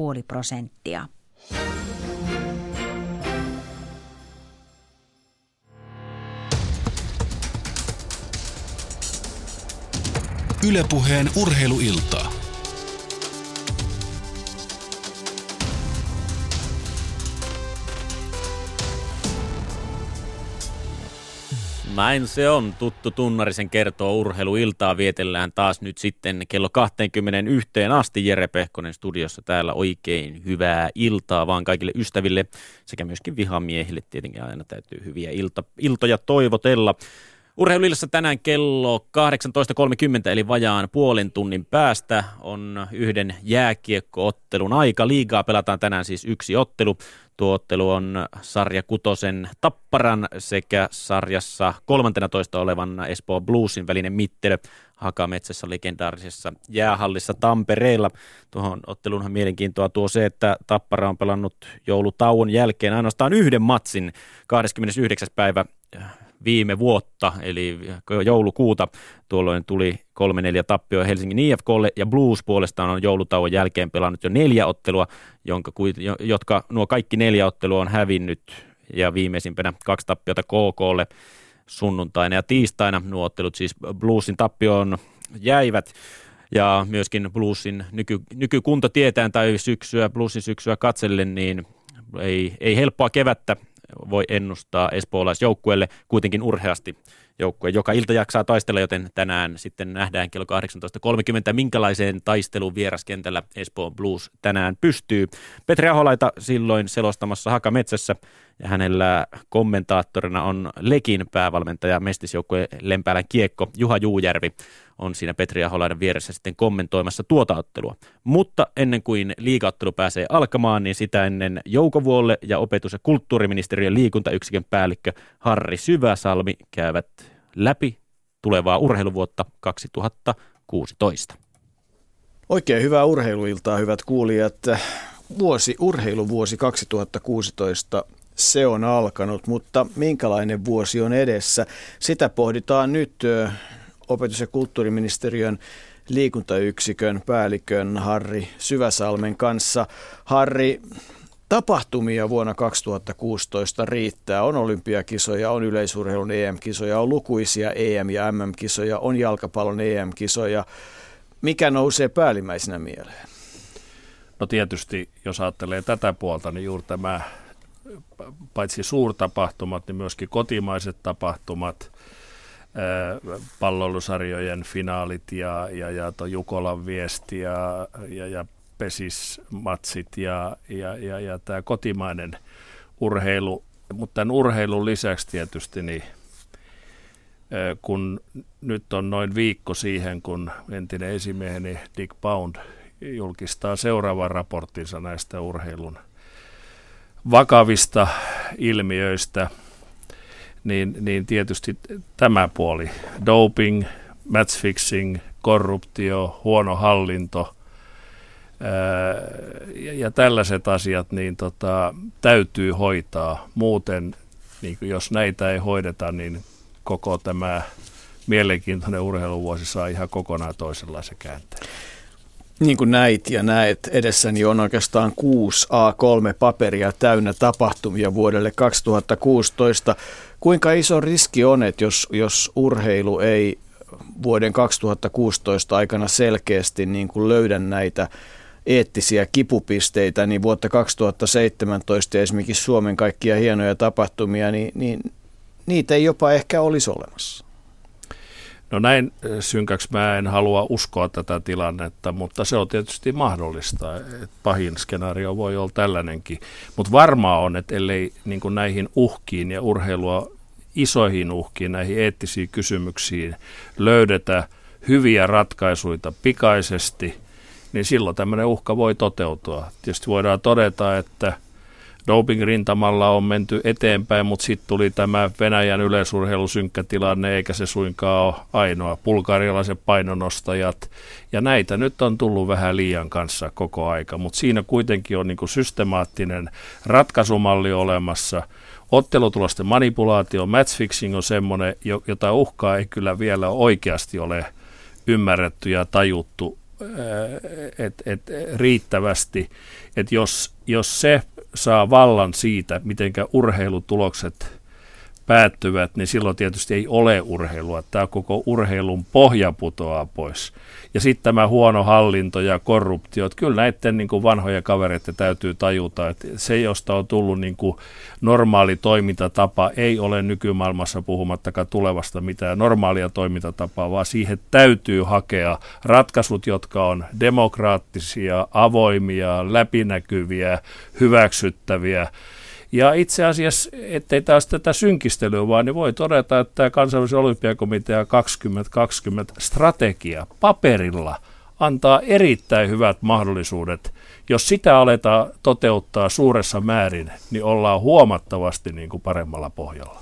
2,5%. Yle Puheen urheiluiltaa. Näin se on. Tuttu tunnarisen kertoo urheiluiltaa. Vietellään taas nyt sitten kello 21 asti. Jere Pehkonen studiossa täällä. Oikein hyvää iltaa vaan kaikille ystäville sekä myöskin vihamiehille. Tietenkin aina täytyy hyviä iltoja toivotella. Urheiluillassa tänään kello 18.30 eli vajaan puolen tunnin päästä on yhden jääkiekko-ottelun aika. Liigaa pelataan tänään siis yksi ottelu. Tuo ottelu on sarja 6 Tapparan sekä sarjassa 13 olevan Espoo Bluesin välinen mittelö Hakametsässä legendaarisessa jäähallissa Tampereella. Tuohon otteluunhan mielenkiintoa tuo se, että Tappara on pelannut joulutauon jälkeen ainoastaan yhden matsin 29. päivä viime vuotta, eli joulukuuta. Tuolloin tuli 3-4 tappio Helsingin IFK:lle, ja Blues puolestaan on joulutauon jälkeen pelannut jo 4 ottelua, jotka nuo kaikki 4 ottelua on hävinnyt, ja viimeisimpänä 2 tappiota KK:lle sunnuntaina ja tiistaina. Nuo ottelut siis Bluesin tappioon jäivät, ja myöskin Bluesin nykykunto tietään tai Bluesin syksyä katsellen, niin ei helppoa kevättä voi ennustaa espoolaisjoukkueelle, kuitenkin urheasti joukkue joka ilta jaksaa taistella, joten tänään sitten nähdään kello 18.30, minkälaiseen taisteluun vieraskentällä Espoon Blues tänään pystyy. Petri Aholaita silloin selostamassa Hakametsässä, ja hänellä kommentaattorina on Lekin päävalmentaja, mestisjoukkueen Lempäälän Kiekko Juha Juujärvi on siinä Petri Aholaidan vieressä sitten kommentoimassa tuota ottelua. Mutta ennen kuin liigaottelu pääsee alkamaan, niin sitä ennen Joukovuolle ja opetus- ja kulttuuriministeriön liikuntayksikön päällikkö Harri Syväsalmi käyvät läpi tulevaa urheiluvuotta 2016. Oikein hyvää urheiluiltaa, hyvät kuulijat. Urheiluvuosi 2016, se on alkanut, mutta minkälainen vuosi on edessä? Sitä pohditaan nyt opetus- ja kulttuuriministeriön liikuntayksikön päällikön Harri Syväsalmen kanssa. Harri, tapahtumia vuonna 2016 riittää. On olympiakisoja, on yleisurheilun EM-kisoja, on lukuisia EM- ja MM-kisoja, on jalkapallon EM-kisoja. Mikä nousee päällimmäisenä mieleen? No tietysti, jos ajattelee tätä puolta, niin juuri tämä paitsi suurtapahtumat, niin myöskin kotimaiset tapahtumat, palloilusarjojen finaalit ja Jukolan viesti ja pesismatsit ja tämä kotimainen urheilu. Mutta tämän urheilun lisäksi tietysti, niin kun nyt on noin viikko siihen, kun entinen esimieheni Dick Pound julkistaa seuraavan raporttinsa näistä urheilun vakavista ilmiöistä, niin tietysti tämä puoli, doping, matchfixing, korruptio, huono hallinto ja tällaiset asiat niin täytyy hoitaa. Muuten, niin jos näitä ei hoideta, niin koko tämä mielenkiintoinen urheiluvuosi saa ihan kokonaan toisenlaisen käänteen. Niin kuin näit ja näet, edessäni on oikeastaan 6 A3-paperia täynnä tapahtumia vuodelle 2016. Kuinka iso riski on, että jos urheilu ei vuoden 2016 aikana selkeästi niin kuin löydä näitä eettisiä kipupisteitä, niin vuotta 2017 esimerkiksi Suomen kaikkia hienoja tapahtumia, niin niitä ei jopa ehkä olisi olemassa? No näin synkäksi mä en halua uskoa tätä tilannetta, mutta se on tietysti mahdollista, että pahin skenaario voi olla tällainenkin. Mutta varmaa on, että ellei niin kuin näihin uhkiin ja urheilua isoihin uhkiin, näihin eettisiin kysymyksiin löydetä hyviä ratkaisuja pikaisesti, niin silloin tämmöinen uhka voi toteutua. Tietysti voidaan todeta, että doping-rintamalla on menty eteenpäin, mutta sitten tuli tämä Venäjän yleisurheilusynkkä tilanne, eikä se suinkaan ole ainoa. Bulgarialaiset painonostajat, ja näitä nyt on tullut vähän liian kanssa koko aika, mutta siinä kuitenkin on niinku systemaattinen ratkaisumalli olemassa. Ottelutulosten manipulaatio, matchfixing on semmoinen, jota uhkaa ei kyllä vielä oikeasti ole ymmärretty ja tajuttu riittävästi, että jos se saa vallan siitä, mitenkä urheilutulokset päättyvät, niin silloin tietysti ei ole urheilua. Tämä koko urheilun pohja putoaa pois. Ja sitten tämä huono hallinto ja korruptio, että kyllä näiden niin kuin vanhoja kavereita täytyy tajuta, että se, josta on tullut niin kuin normaali toimintatapa, ei ole nykymaailmassa puhumattakaan tulevasta mitään normaalia toimintatapaa, vaan siihen täytyy hakea ratkaisut, jotka on demokraattisia, avoimia, läpinäkyviä, hyväksyttäviä. Ja itse asiassa, ettei taas tätä synkistelyä vaan, niin voi todeta, että tämä kansainvälisen olympiakomitea 2020 strategia paperilla antaa erittäin hyvät mahdollisuudet. Jos sitä aletaan toteuttaa suuressa määrin, niin ollaan huomattavasti niin kuin paremmalla pohjalla.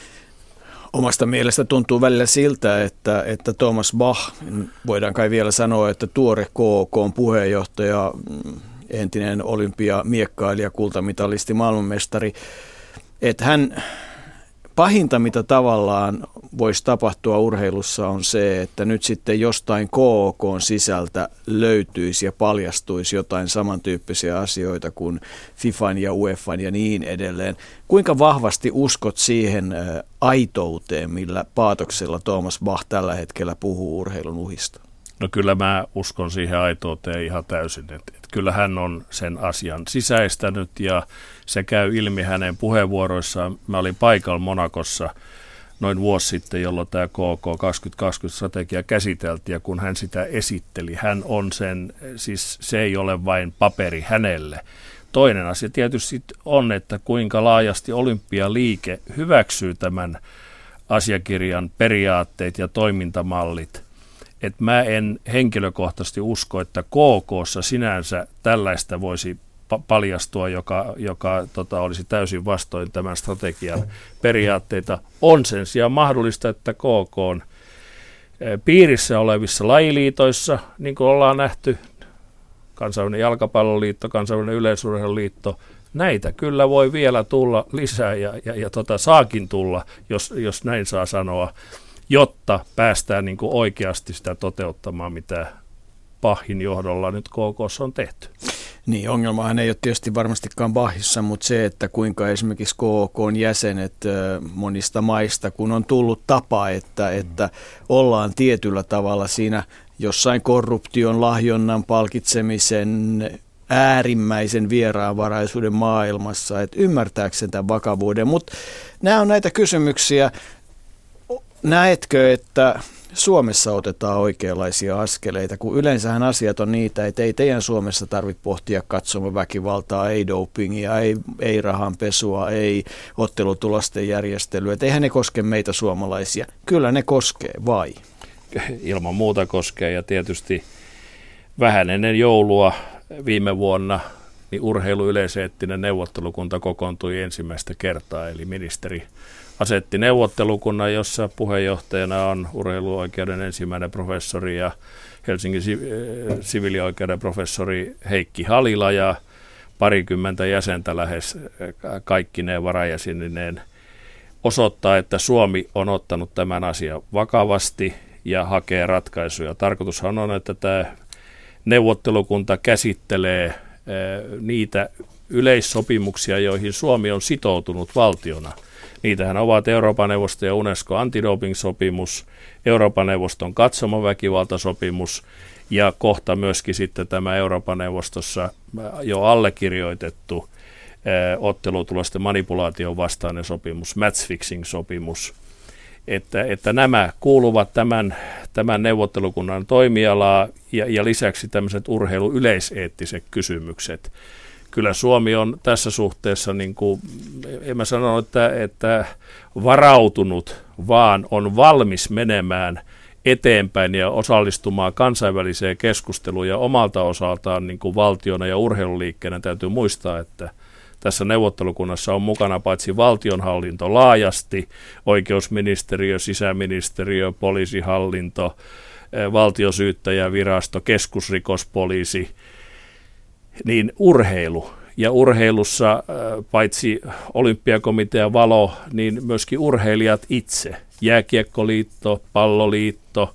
Omasta mielestä tuntuu välillä siltä, että Thomas Bach, voidaan kai vielä sanoa, että tuore KOK:n puheenjohtaja, entinen olympiamiekkailija, kultamitalisti, maailmanmestari, että hän pahinta, mitä tavallaan voisi tapahtua urheilussa, on se, että nyt sitten jostain KOK:n sisältä löytyisi ja paljastuisi jotain samantyyppisiä asioita kuin FIFAn ja UEFan ja niin edelleen. Kuinka vahvasti uskot siihen aitouteen, millä paatoksella Thomas Bach tällä hetkellä puhuu urheilun uhista? No kyllä mä uskon siihen aitouteen ihan täysin, että kyllä hän on sen asian sisäistänyt ja se käy ilmi hänen puheenvuoroissaan. Mä olin paikalla Monacossa noin vuosi sitten, jolloin tämä KK 2020-strategia käsiteltiin ja kun hän sitä esitteli, hän on sen, siis se ei ole vain paperi hänelle. Toinen asia tietysti on, että kuinka laajasti Olympialiike hyväksyy tämän asiakirjan periaatteet ja toimintamallit. Että mä en henkilökohtaisesti usko, että KK:ssa sinänsä tällaista voisi paljastua, joka olisi täysin vastoin tämän strategian periaatteita. On sen sijaan mahdollista, että KK:n piirissä olevissa lajiliitoissa, niin kuin ollaan nähty, kansainvälinen jalkapalloliitto, kansainvälinen yleisurheiluliitto, näitä kyllä voi vielä tulla lisää ja saakin tulla, jos näin saa sanoa, jotta päästään niin kuin oikeasti sitä toteuttamaan, mitä Bachin johdolla nyt KK:ssa on tehty. Niin, ongelmahan ei ole tietysti varmastikaan Bachissa, mutta se, että kuinka esimerkiksi KK:n jäsenet monista maista, kun on tullut tapa, että ollaan tietyllä tavalla siinä jossain korruption, lahjonnan, palkitsemisen, äärimmäisen vieraanvaraisuuden maailmassa, että ymmärtääkseen tämän vakavuuden. Mutta nämä on näitä kysymyksiä. Näetkö, että Suomessa otetaan oikeanlaisia askeleita, kun yleensähän asiat on niitä, että ei teidän Suomessa tarvitse pohtia katsomaväkivaltaa, ei dopingia, ei rahanpesua, ei ottelutulosten järjestelyä. Et eihän ne koske meitä suomalaisia. Kyllä ne koskee, vai? Ilman muuta koskee ja tietysti vähän ennen joulua viime vuonna niin urheiluyleiseettinen neuvottelukunta kokoontui ensimmäistä kertaa, eli ministeri asetti neuvottelukunnan, jossa puheenjohtajana on urheiluoikeuden ensimmäinen professori ja Helsingin siviilioikeuden professori Heikki Halila ja parikymmentä jäsentä lähes kaikki ne varajäsenineen osoittaa, että Suomi on ottanut tämän asian vakavasti ja hakee ratkaisuja. Tarkoitushan on, että tämä neuvottelukunta käsittelee niitä yleissopimuksia, joihin Suomi on sitoutunut valtiona. Niitähän ovat Euroopan neuvosto ja UNESCO antidoping-sopimus, Euroopan neuvoston katsomaväkivaltasopimus ja kohta myöskin sitten tämä Euroopan neuvostossa jo allekirjoitettu ottelutulosten manipulaation vastainen sopimus, matchfixing-sopimus. Että nämä kuuluvat tämän neuvottelukunnan toimialaa ja lisäksi tämmöiset urheiluyleiseettiset kysymykset. Kyllä Suomi on tässä suhteessa, niin kuin, en mä sano, että varautunut, vaan on valmis menemään eteenpäin ja osallistumaan kansainväliseen keskusteluun ja omalta osaltaan niin kuin valtiona ja urheiluliikkeenä täytyy muistaa, että tässä neuvottelukunnassa on mukana paitsi valtionhallinto laajasti, oikeusministeriö, sisäministeriö, poliisihallinto, valtiosyyttäjävirasto, keskusrikospoliisi, niin urheilu. Ja urheilussa paitsi olympiakomitea Valo, niin myöskin urheilijat itse. Jääkiekkoliitto, palloliitto,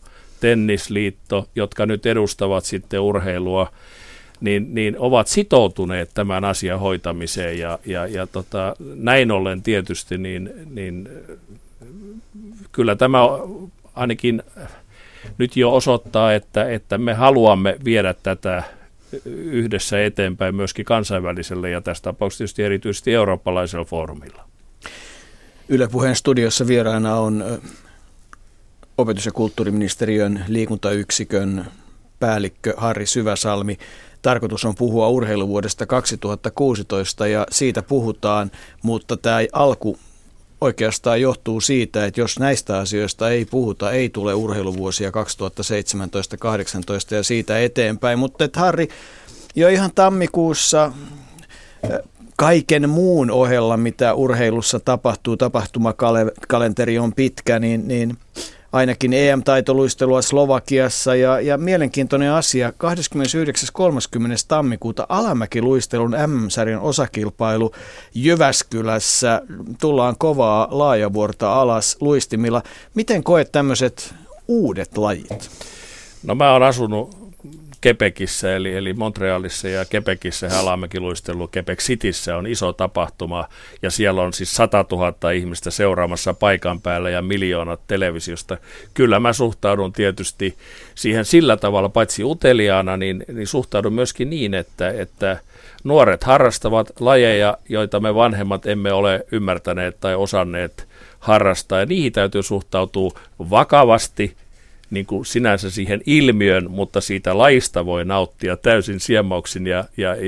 tennisliitto, jotka nyt edustavat sitten urheilua, niin ovat sitoutuneet tämän asian hoitamiseen ja näin ollen tietysti niin kyllä tämä ainakin nyt jo osoittaa, että me haluamme viedä tätä yhdessä eteenpäin myöskin kansainväliselle ja tässä tapauksessa tietysti erityisesti eurooppalaisella foorumilla. Yle Puheen studiossa vieraana on opetus- ja kulttuuriministeriön liikuntayksikön päällikkö Harri Syväsalmi. Tarkoitus on puhua urheiluvuodesta 2016 ja siitä puhutaan, mutta tämä alku oikeastaan johtuu siitä, että jos näistä asioista ei puhuta, ei tule urheiluvuosia 2017, 2018 ja siitä eteenpäin. Mutta Harri, jo ihan tammikuussa kaiken muun ohella, mitä urheilussa tapahtuu, tapahtumakalenteri on pitkä, niin ainakin EM-taitoluistelua Slovakiassa ja mielenkiintoinen asia, 29.30. tammikuuta alamäkiluistelun MM-sarjan osakilpailu Jyväskylässä. Tullaan kovaa laajavuorta alas luistimilla. Miten koet tämmöiset uudet lajit? No mä oon asunut Quebecissä eli Montrealissa ja Quebecissä alamäkiluistelu Quebec Cityssä on iso tapahtuma ja siellä on siis 100 000 ihmistä seuraamassa paikan päällä ja miljoonat televisiosta. Kyllä mä suhtaudun tietysti siihen sillä tavalla, paitsi uteliaana, niin suhtaudun myöskin niin, että nuoret harrastavat lajeja, joita me vanhemmat emme ole ymmärtäneet tai osanneet harrastaa ja niihin täytyy suhtautua vakavasti, niin kuin sinänsä siihen ilmiön, mutta siitä lajista voi nauttia täysin siemauksin ja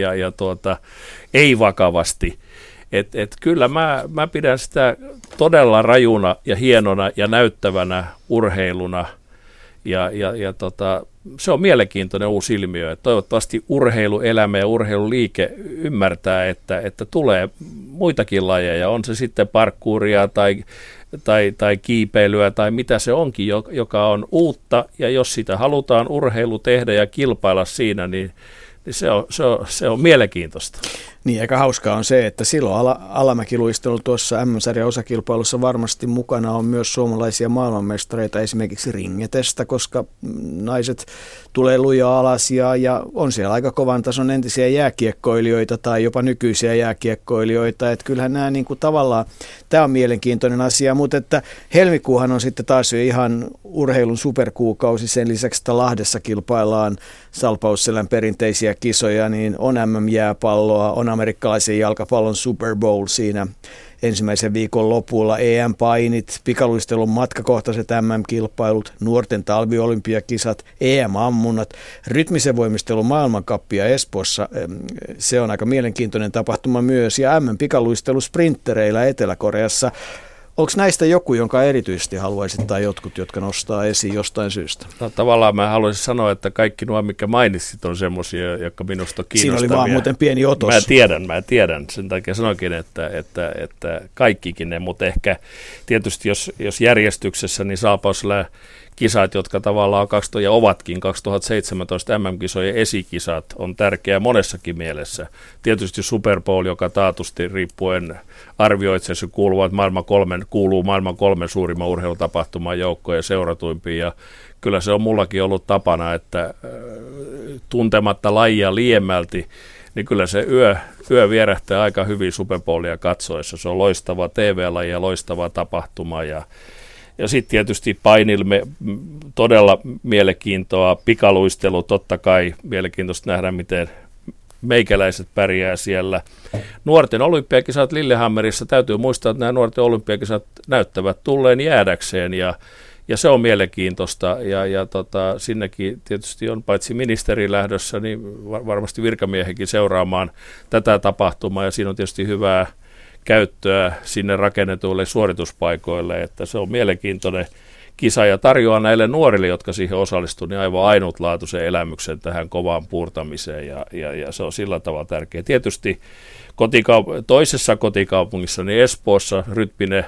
ei vakavasti. Kyllä mä pidän sitä todella rajuna ja hienona ja näyttävänä urheiluna ja se on mielenkiintoinen uusi ilmiö. Että toivottavasti urheiluelämä ja urheiluliike ymmärtää, että tulee muitakin lajeja, on se sitten parkouria tai kiipeilyä tai mitä se onkin, joka on uutta, ja jos sitä halutaan urheilu tehdä ja kilpailla siinä, niin se on mielenkiintoista. Niin, aika hauskaa on se, että silloin alamäkiluistelu tuossa MM-sarjan osakilpailussa varmasti mukana on myös suomalaisia maailmanmestareita esimerkiksi ringetestä, koska naiset tulee lujaa alas ja on siellä aika kovan tason entisiä jääkiekkoilijoita tai jopa nykyisiä jääkiekkoilijoita, että kyllähän nämä niin kuin tavallaan, tämä on mielenkiintoinen asia, mutta että helmikuuhan on sitten taas jo ihan urheilun superkuukausi, sen lisäksi, että Lahdessa kilpaillaan Salpausselän perinteisiä kisoja, niin on MM-jääpalloa, on amerikkalaisen jalkapallon Super Bowl siinä ensimmäisen viikon lopulla, EM-painit, pikaluistelun matkakohtaiset MM-kilpailut, nuorten talviolympiakisat, EM-ammunnat, rytmisen voimistelun maailmankappia Espoossa, se on aika mielenkiintoinen tapahtuma myös, ja MM-pikaluistelu sprinttereillä Etelä-Koreassa. Onko näistä joku, jonka erityisesti haluaisit tai jotkut, jotka nostaa esiin jostain syystä? No, tavallaan mä haluaisin sanoa, että kaikki nuo, mitkä mainitsit, on semmoisia, jotka minusta on kiinnostavia. Siinä oli vaan muuten pieni otos. Mä tiedän. Sen takia sanoinkin, että kaikkikin ne, mutta ehkä tietysti jos järjestyksessä, niin Salpausselän kisat, jotka tavallaan ja ovatkin 2017 MM-kisojen esikisat, on tärkeä monessakin mielessä. Tietysti Super Bowl, joka taatusti riippuen arvioitseessa kuuluu maailman 3 suurimman urheilutapahtuman joukkoon ja seuratuimpiin. Ja kyllä se on mullakin ollut tapana, että tuntematta lajia liiemmälti, niin kyllä se yö vierähtää aika hyvin Super Bowlia katsoessa. Se on loistava TV-laji ja loistava tapahtuma ja sitten tietysti painilme todella mielenkiintoa, pikaluistelu totta kai, mielenkiintoista nähdä, miten meikäläiset pärjää siellä. Nuorten olympiakisat Lillehammerissa, täytyy muistaa, että nämä nuorten olympiakisat näyttävät tulleen jäädäkseen ja se on mielenkiintoista ja sinnekin tietysti on paitsi ministeri lähdössä, niin varmasti virkamiehenkin seuraamaan tätä tapahtumaa ja siinä on tietysti hyvää käyttöä sinne rakennetuille suorituspaikoille, että se on mielenkiintoinen kisa ja tarjoaa näille nuorille, jotka siihen osallistuu, niin aivan ainutlaatuisen elämyksen tähän kovaan puurtamiseen ja se on sillä tavalla tärkeä. Tietysti toisessa kotikaupungissa, niin Espoossa rytminen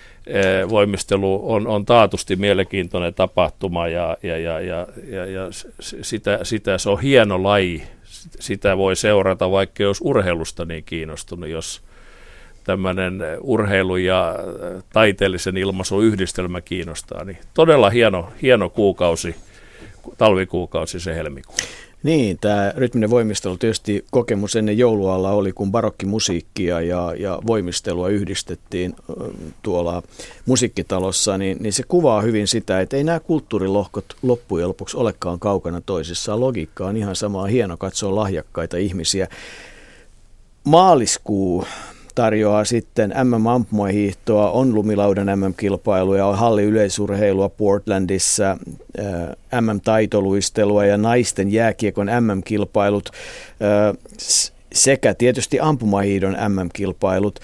voimistelu on taatusti mielenkiintoinen tapahtuma ja sitä se on hieno laji, sitä voi seurata, vaikka jos urheilusta niin kiinnostunut, jos tämmöinen urheilu ja taiteellisen ilmaisun yhdistelmä kiinnostaa, niin todella hieno kuukausi talvikuukausi se helmikuu. Niin, tämä rytminen voimistelu tietysti kokemus ennen joulualla oli, kun barokkimusiikkia ja voimistelua yhdistettiin tuolla musiikkitalossa, niin se kuvaa hyvin sitä, että ei nämä kulttuurilohkot loppujen lopuksi olekaan kaukana toisissaan. Logiikka on ihan sama, hieno katsoa lahjakkaita ihmisiä. Maaliskuu tarjoaa sitten MM-ampumahiihtoa, on lumilaudan MM-kilpailuja, on halliyleisurheilua Portlandissa, MM-taitoluistelua ja naisten jääkiekon MM-kilpailut sekä tietysti ampumahiihdon MM-kilpailut.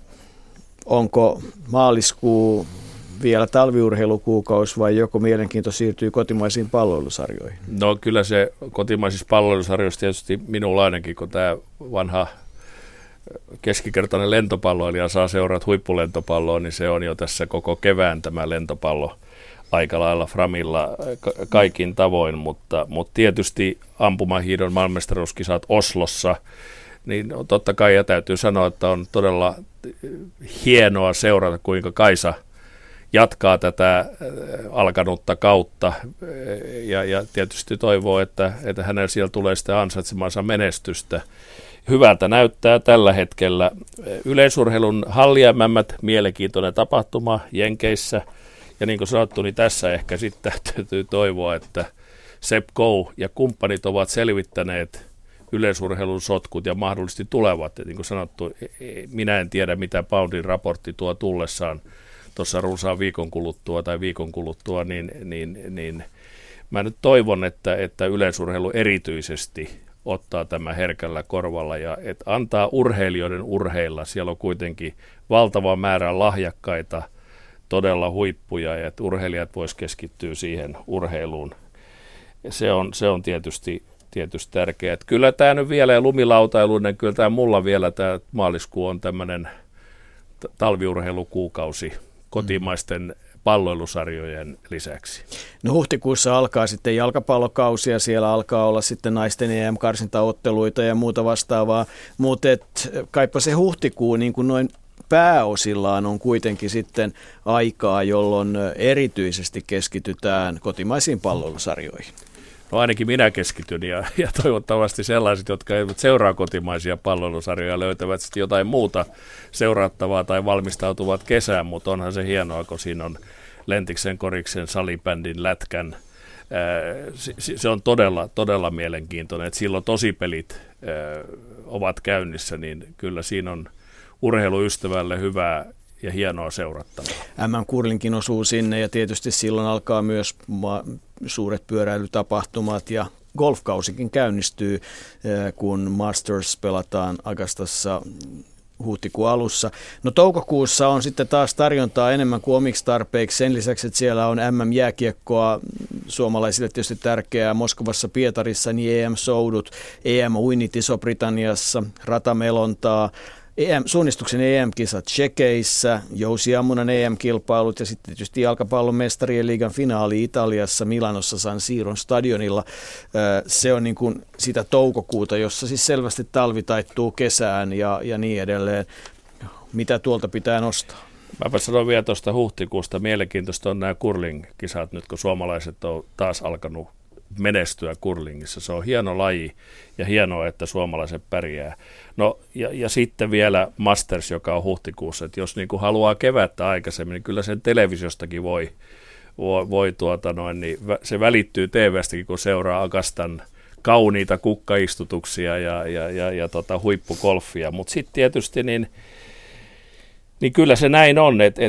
Onko maaliskuu vielä talviurheilukuukausi vai joko mielenkiinto siirtyy kotimaisiin palloilusarjoihin? No kyllä se kotimaisissa palloilusarjoissa tietysti minulla ainakin, kun tämä vanha keskikertainen lentopalloilija saa seurata huippulentopalloa, niin se on jo tässä koko kevään tämä lentopallo aika lailla framilla kaikin tavoin, mutta tietysti ampumahiidon maailmanmestaruuskisat Oslossa, niin totta kai ja täytyy sanoa, että on todella hienoa seurata, kuinka Kaisa jatkaa tätä alkanutta kautta ja tietysti toivoo, että hänellä siellä tulee sitten ansaitsemansa menestystä. Hyvältä näyttää tällä hetkellä yleisurheilun halliämmämmät, mielenkiintoinen tapahtuma Jenkeissä. Ja niin kuin sanottu, niin tässä ehkä sitten täytyy toivoa, että Sepp Coe ja kumppanit ovat selvittäneet yleisurheilun sotkut ja mahdollisesti tulevat. Ja niin kuin sanottu, minä en tiedä, mitä Poundin raportti tuo tullessaan tuossa runsaan viikon kuluttua, niin mä nyt toivon, että yleisurheilu erityisesti ottaa tämä herkällä korvalla ja että antaa urheilijoiden urheilla. Siellä on kuitenkin valtava määrä lahjakkaita, todella huippuja ja että urheilijat vois keskittyä siihen urheiluun. Se on tietysti tärkeää. Että kyllä tämä nyt vielä ja lumilautailuinen, kyllä tämä mulla vielä tämä maaliskuu on tämmöinen talviurheilukuukausi kotimaisten palloilusarjojen lisäksi. No huhtikuussa alkaa sitten jalkapallokausi ja siellä alkaa olla sitten naisten EM-karsintaotteluita ja muuta vastaavaa, mutta kaipa se huhtikuu niin kuin noin pääosillaan on kuitenkin sitten aikaa, jolloin erityisesti keskitytään kotimaisiin palloilusarjoihin. No ainakin minä keskityn ja toivottavasti sellaiset, jotka eivät seuraa kotimaisia palloilusarjoja, löytävät sitten jotain muuta seurattavaa tai valmistautuvat kesään, mutta onhan se hienoa, kun siinä on Lentiksen, Koriksen, salibändin, lätkän. Se on todella mielenkiintoinen, että silloin tosipelit ovat käynnissä, niin kyllä siinä on urheiluystävälle hyvää ja hienoa seurattavaa. MM-kurlinkin osuu sinne ja tietysti silloin alkaa myös suuret pyöräilytapahtumat ja golfkausikin käynnistyy, kun Masters pelataan Agastassa huhtikuun alussa. No toukokuussa on sitten taas tarjontaa enemmän kuin omiksi tarpeiksi. Sen lisäksi, että siellä on MM-jääkiekkoa, suomalaisille tietysti tärkeää, Moskovassa, Pietarissa, niin EM-soudut, EM-uinit Iso-Britanniassa, ratamelontaa, suunnistuksen EM-kisat Tšekeissä, jousiammunnan EM-kilpailut ja sitten tietysti jalkapallon mestarien liigan finaali Italiassa, Milanossa San Siron stadionilla. Se on niin kuin sitä toukokuuta, jossa siis selvästi talvi taittuu kesään ja niin edelleen. Mitä tuolta pitää nostaa? Mäpä sanon vielä tuosta huhtikuusta. Mielenkiintoista on nämä curling-kisat nyt, kun suomalaiset on taas alkanut menestyä curlingissa. Se on hieno laji ja hienoa, että suomalaiset pärjää. No ja sitten vielä Masters, joka on huhtikuussa. Että jos niin kuin haluaa kevättä aikaisemmin, niin kyllä sen televisiostakin voi niin se välittyy TV:stäkin, kun seuraa Agastan kauniita kukkaistutuksia ja huippugolfia. Mutta sitten tietysti niin kyllä se näin on, että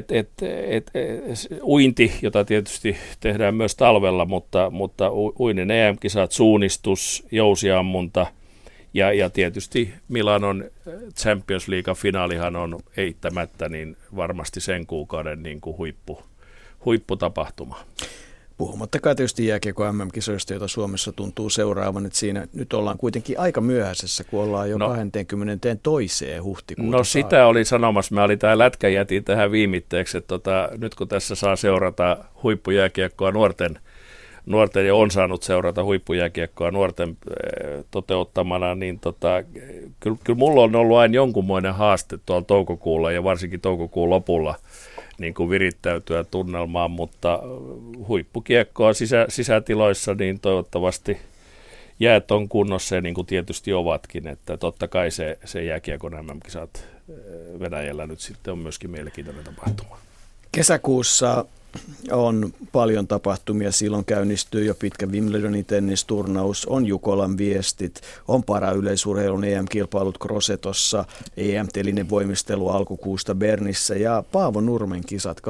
uinti, jota tietysti tehdään myös talvella, mutta uinen EM-kisat, suunnistus, jousiammunta ja tietysti Milanon Champions League finaalihan on eittämättä niin varmasti sen kuukauden niin kuin huipputapahtuma. Puhumattakaan tietysti jääkiekko MM-kisoista, joita Suomessa tuntuu seuraavan, että siinä nyt ollaan kuitenkin aika myöhäisessä, kun ollaan jo 22. huhtikuuta. No sitä oli sanomassa, mä olin tämä lätkä jätin tähän viimitteeksi, että nyt kun tässä saa seurata huippujääkiekkoa nuorten ja on saanut seurata huippujääkiekkoa nuorten toteuttamana, niin kyllä mulla on ollut aina jonkunmoinen haaste tuolla toukokuulla ja varsinkin toukokuun lopulla, niin kuin virittäytyä tunnelmaan, mutta huippukiekkoa sisätiloissa, niin toivottavasti jäät on kunnossa ja niin kuin tietysti ovatkin, että totta kai se jääkiekon MM-kisat Venäjällä nyt sitten on myöskin mielenkiintoinen tapahtuma. Kesäkuussa on paljon tapahtumia, silloin käynnistyy jo pitkä Wimbledonin tennisturnaus, on Jukolan viestit, on parayleisurheilun EM-kilpailut Grosetossa, EM-telinen voimistelu alkukuusta Bernissä ja Paavo Nurmen kisat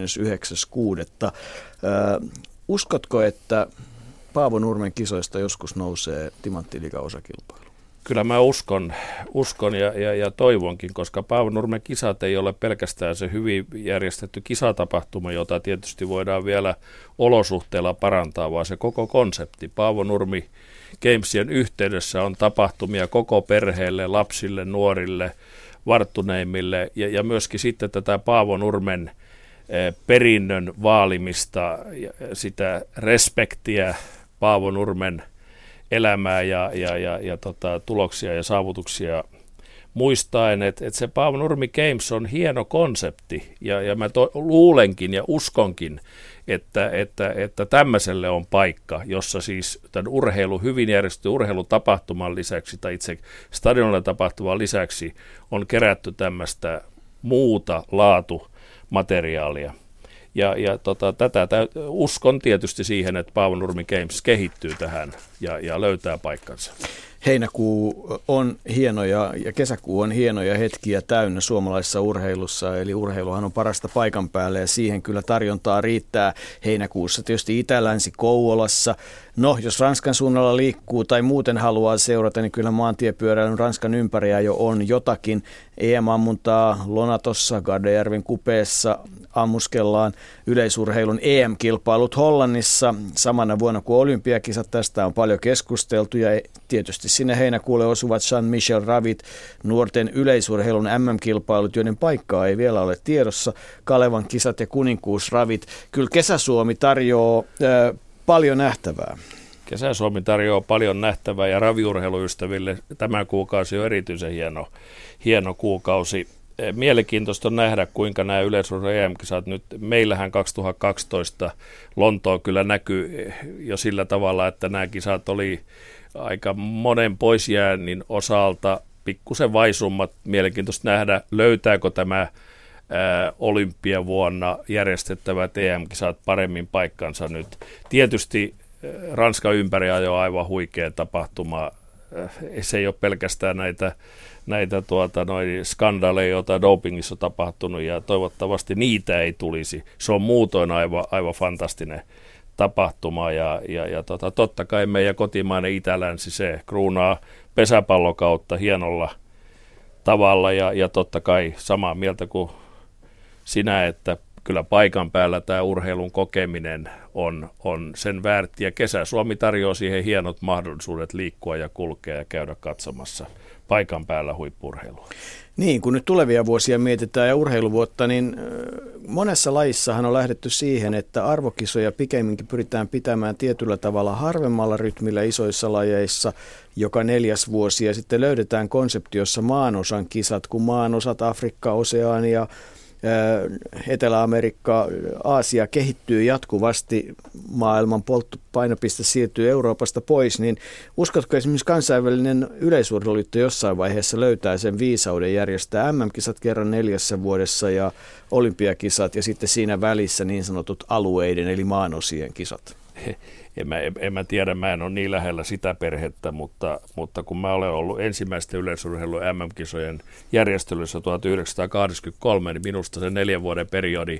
29.6. Uskotko, että Paavo Nurmen kisoista joskus nousee timanttiliigan osakilpailu? Kyllä mä uskon ja toivonkin, koska Paavo Nurmen kisat ei ole pelkästään se hyvin järjestetty kisatapahtuma, jota tietysti voidaan vielä olosuhteilla parantaa, vaan se koko konsepti. Paavo Nurmi Gamesien yhteydessä on tapahtumia koko perheelle, lapsille, nuorille, varttuneimmille ja myöskin sitten tätä Paavo Nurmen perinnön vaalimista, sitä respektiä Paavo Nurmen elämää ja tuloksia ja saavutuksia muistaen, että se Paavo Nurmi Games on hieno konsepti ja mä luulenkin ja uskonkin, että tämmöiselle on paikka, jossa siis tämän hyvin järjestetty urheilutapahtuman lisäksi tai itse stadionilla tapahtuvan lisäksi on kerätty tämmöistä muuta laatumateriaalia. Ja uskon tietysti siihen, että Paavo Nurmi Games kehittyy tähän ja löytää paikkansa. Heinäkuu on hienoja ja kesäkuu on hienoja hetkiä täynnä suomalaisessa urheilussa, eli urheiluhan on parasta paikan päällä ja siihen kyllä tarjontaa riittää heinäkuussa. Tietysti Itä-Länsi Kouvolassa. No, jos Ranskan suunnalla liikkuu tai muuten haluaa seurata, niin kyllä maantiepyöräilyn Ranskan ympäriä jo on jotakin. EM-ammuntaa Lonatossa, Gardejärven kupeessa ammuskellaan, yleisurheilun EM-kilpailut Hollannissa samana vuonna kuin olympiakisat. Tästä on paljon keskusteltu ja tietysti sinne heinäkuulle osuvat Jean-Michel Ravit, nuorten yleisurheilun MM-kilpailut, joiden paikkaa ei vielä ole tiedossa, Kalevan kisat ja kuninkuusravit. Kyllä Kesä-Suomi tarjoaa paljon nähtävää. Kesä-Suomi tarjoaa paljon nähtävää ja raviurheiluystäville tämä kuukausi on erityisen hieno kuukausi. Mielenkiintoista on nähdä, kuinka nämä yleisurheilun EM-kisat nyt, meillähän 2012 Lontoa kyllä näkyy jo sillä tavalla, että nämä kisat oli aika monen poisjäännin osalta pikkusen vaisummat. Mielenkiintoista nähdä, löytääkö tämä olympiavuonna järjestettävät EM-kisat paremmin paikkansa nyt. Tietysti Ranskan ympäriajo on aivan huikea tapahtuma. Se ei ole pelkästään näitä skandaaleja, joita dopingissa on tapahtunut, ja toivottavasti niitä ei tulisi. Se on muutoin aivan fantastinen tapahtuma, ja totta kai meidän kotimainen Itä-Länsi, se kruunaa pesäpallokautta hienolla tavalla, ja totta kai samaa mieltä kuin sinä, että kyllä paikan päällä tämä urheilun kokeminen on sen väärti, ja Kesä-Suomi tarjoaa siihen hienot mahdollisuudet liikkua ja kulkea ja käydä katsomassa paikan päällä huippu-urheilua. Niin, kun nyt tulevia vuosia mietitään ja urheiluvuotta, niin monessa lajissahan on lähdetty siihen, että arvokisoja pikemminkin pyritään pitämään tietyllä tavalla harvemmalla rytmillä isoissa lajeissa joka 4 vuosi, ja sitten löydetään konsepti, jossa maanosan kisat, kun maanosat Afrikka, Oseania, Etelä-Amerikka, Aasia kehittyy jatkuvasti, maailman painopiste siirtyy Euroopasta pois, niin uskotko esimerkiksi kansainvälinen yleisurheiluliitto jossain vaiheessa löytää sen viisauden järjestää MM-kisat kerran 4 vuodessa ja olympiakisat ja sitten siinä välissä niin sanotut alueiden eli maanosien kisat? En mä tiedä, mä en ole niin lähellä sitä perhettä, mutta kun mä olen ollut ensimmäisten yleisurheilun MM-kisojen järjestelyssä 1983, niin minusta se 4 vuoden periodi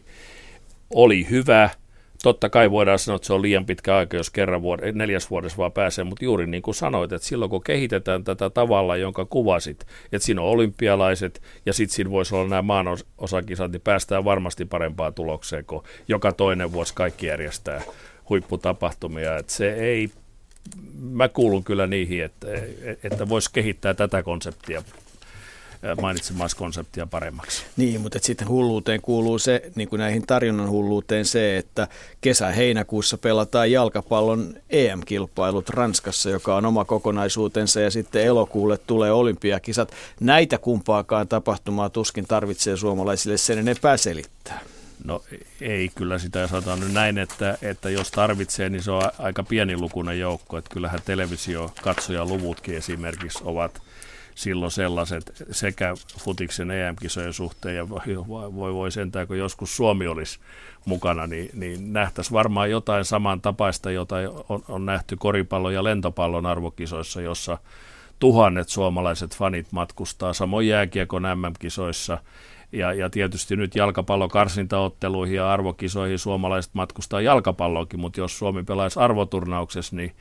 oli hyvä. Totta kai voidaan sanoa, että se on liian pitkä aika, jos kerran 4 vuodessa vaan pääsee, mutta juuri niin kuin sanoit, että silloin kun kehitetään tätä tavalla, jonka kuvasit, että siinä on olympialaiset ja sitten siinä voisi olla nämä maanosakisat, niin päästään varmasti parempaan tulokseen, kun joka toinen vuosi kaikki järjestää huipputapahtumia, että se ei, mä kuulun kyllä niihin, että voisi kehittää tätä konseptia, mainitsemassa konseptia paremmaksi. Niin, mutta sitten hulluuteen kuuluu se, niin kuin näihin tarjonnan hulluuteen se, että kesä-heinäkuussa pelataan jalkapallon EM-kilpailut Ranskassa, joka on oma kokonaisuutensa, ja sitten elokuulle tulee olympiakisat. Näitä kumpaakaan tapahtumaa tuskin tarvitsee suomalaisille sen enempää selittää. No ei, kyllä sitä sanotaan nyt näin, että jos tarvitsee, niin se on aika pienilukuinen joukko. Että kyllähän televisiokatsojaluvutkin esimerkiksi ovat silloin sellaiset sekä futiksen EM-kisojen suhteen ja voi sentään, kun joskus Suomi olisi mukana, niin nähtäisiin varmaan jotain samantapaista, jota on nähty koripallon ja lentopallon arvokisoissa, jossa tuhannet suomalaiset fanit matkustaa, samoin jääkiekon MM-kisoissa. Ja tietysti nyt jalkapallokarsintaotteluihin ja arvokisoihin suomalaiset matkustaa jalkapalloonkin, mutta jos Suomi pelaisi arvoturnauksessa, niin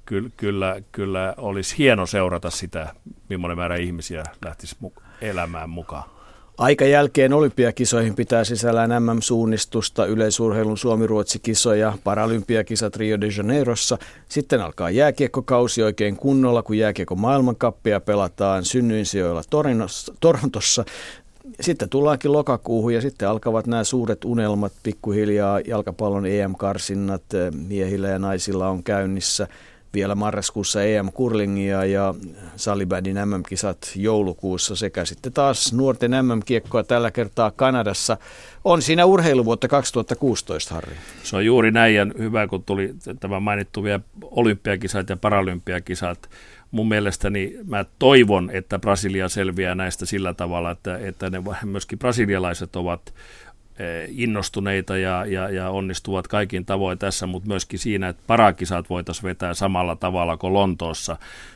kyllä olisi hieno seurata sitä, millainen määrä ihmisiä lähtisi elämään mukaan. Aika jälkeen olympiakisoihin pitää sisällään MM-suunnistusta, yleisurheilun Suomi-Ruotsi-kisoja, paralympiakisat Rio de Janeirossa. Sitten alkaa jääkiekkokausi oikein kunnolla, kun jääkiekon maailmankappia pelataan Synnyinsijoilla Torontossa. Sitten tullaankin lokakuuhun ja sitten alkavat nämä suuret unelmat pikkuhiljaa. Jalkapallon EM-karsinnat miehillä ja naisilla on käynnissä. Vielä marraskuussa EM-kurlingia ja salibändin MM-kisat joulukuussa sekä sitten taas nuorten MM-kiekkoa tällä kertaa Kanadassa. On siinä urheiluvuotta 2016, Harri. Se on juuri näin ja hyvä, kun tuli tämä mainittu vielä olympiakisat ja paralympiakisat. Mun mielestäni mä toivon, että Brasilia selviää näistä sillä tavalla, että ne myöskin brasilialaiset ovat innostuneita ja onnistuvat kaikin tavoin tässä, mutta myöskin siinä, että parakisat voitaisiin vetää samalla tavalla kuin Lontoossa.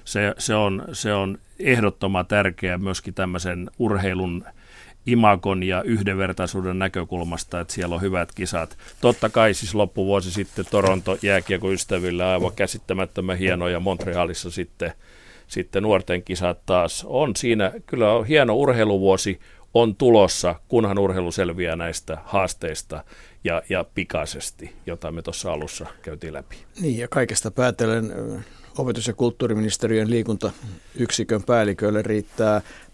Se on ehdottoman tärkeää myöskin tämmöisen urheilun imagon ja yhdenvertaisuuden näkökulmasta, että siellä on hyvät kisat. Totta kai siis loppuvuosi sitten Toronto jääkiekoystävillä aivan käsittämättömän hieno ja Montrealissa sitten nuorten kisat taas. On siinä kyllä on hieno urheiluvuosi on tulossa, kunhan urheilu selviää näistä haasteista ja pikaisesti, jota me tuossa alussa käytiin läpi. Niin ja kaikesta päätellen opetus- ja kulttuuriministeriön liikuntayksikön päällikölle riittää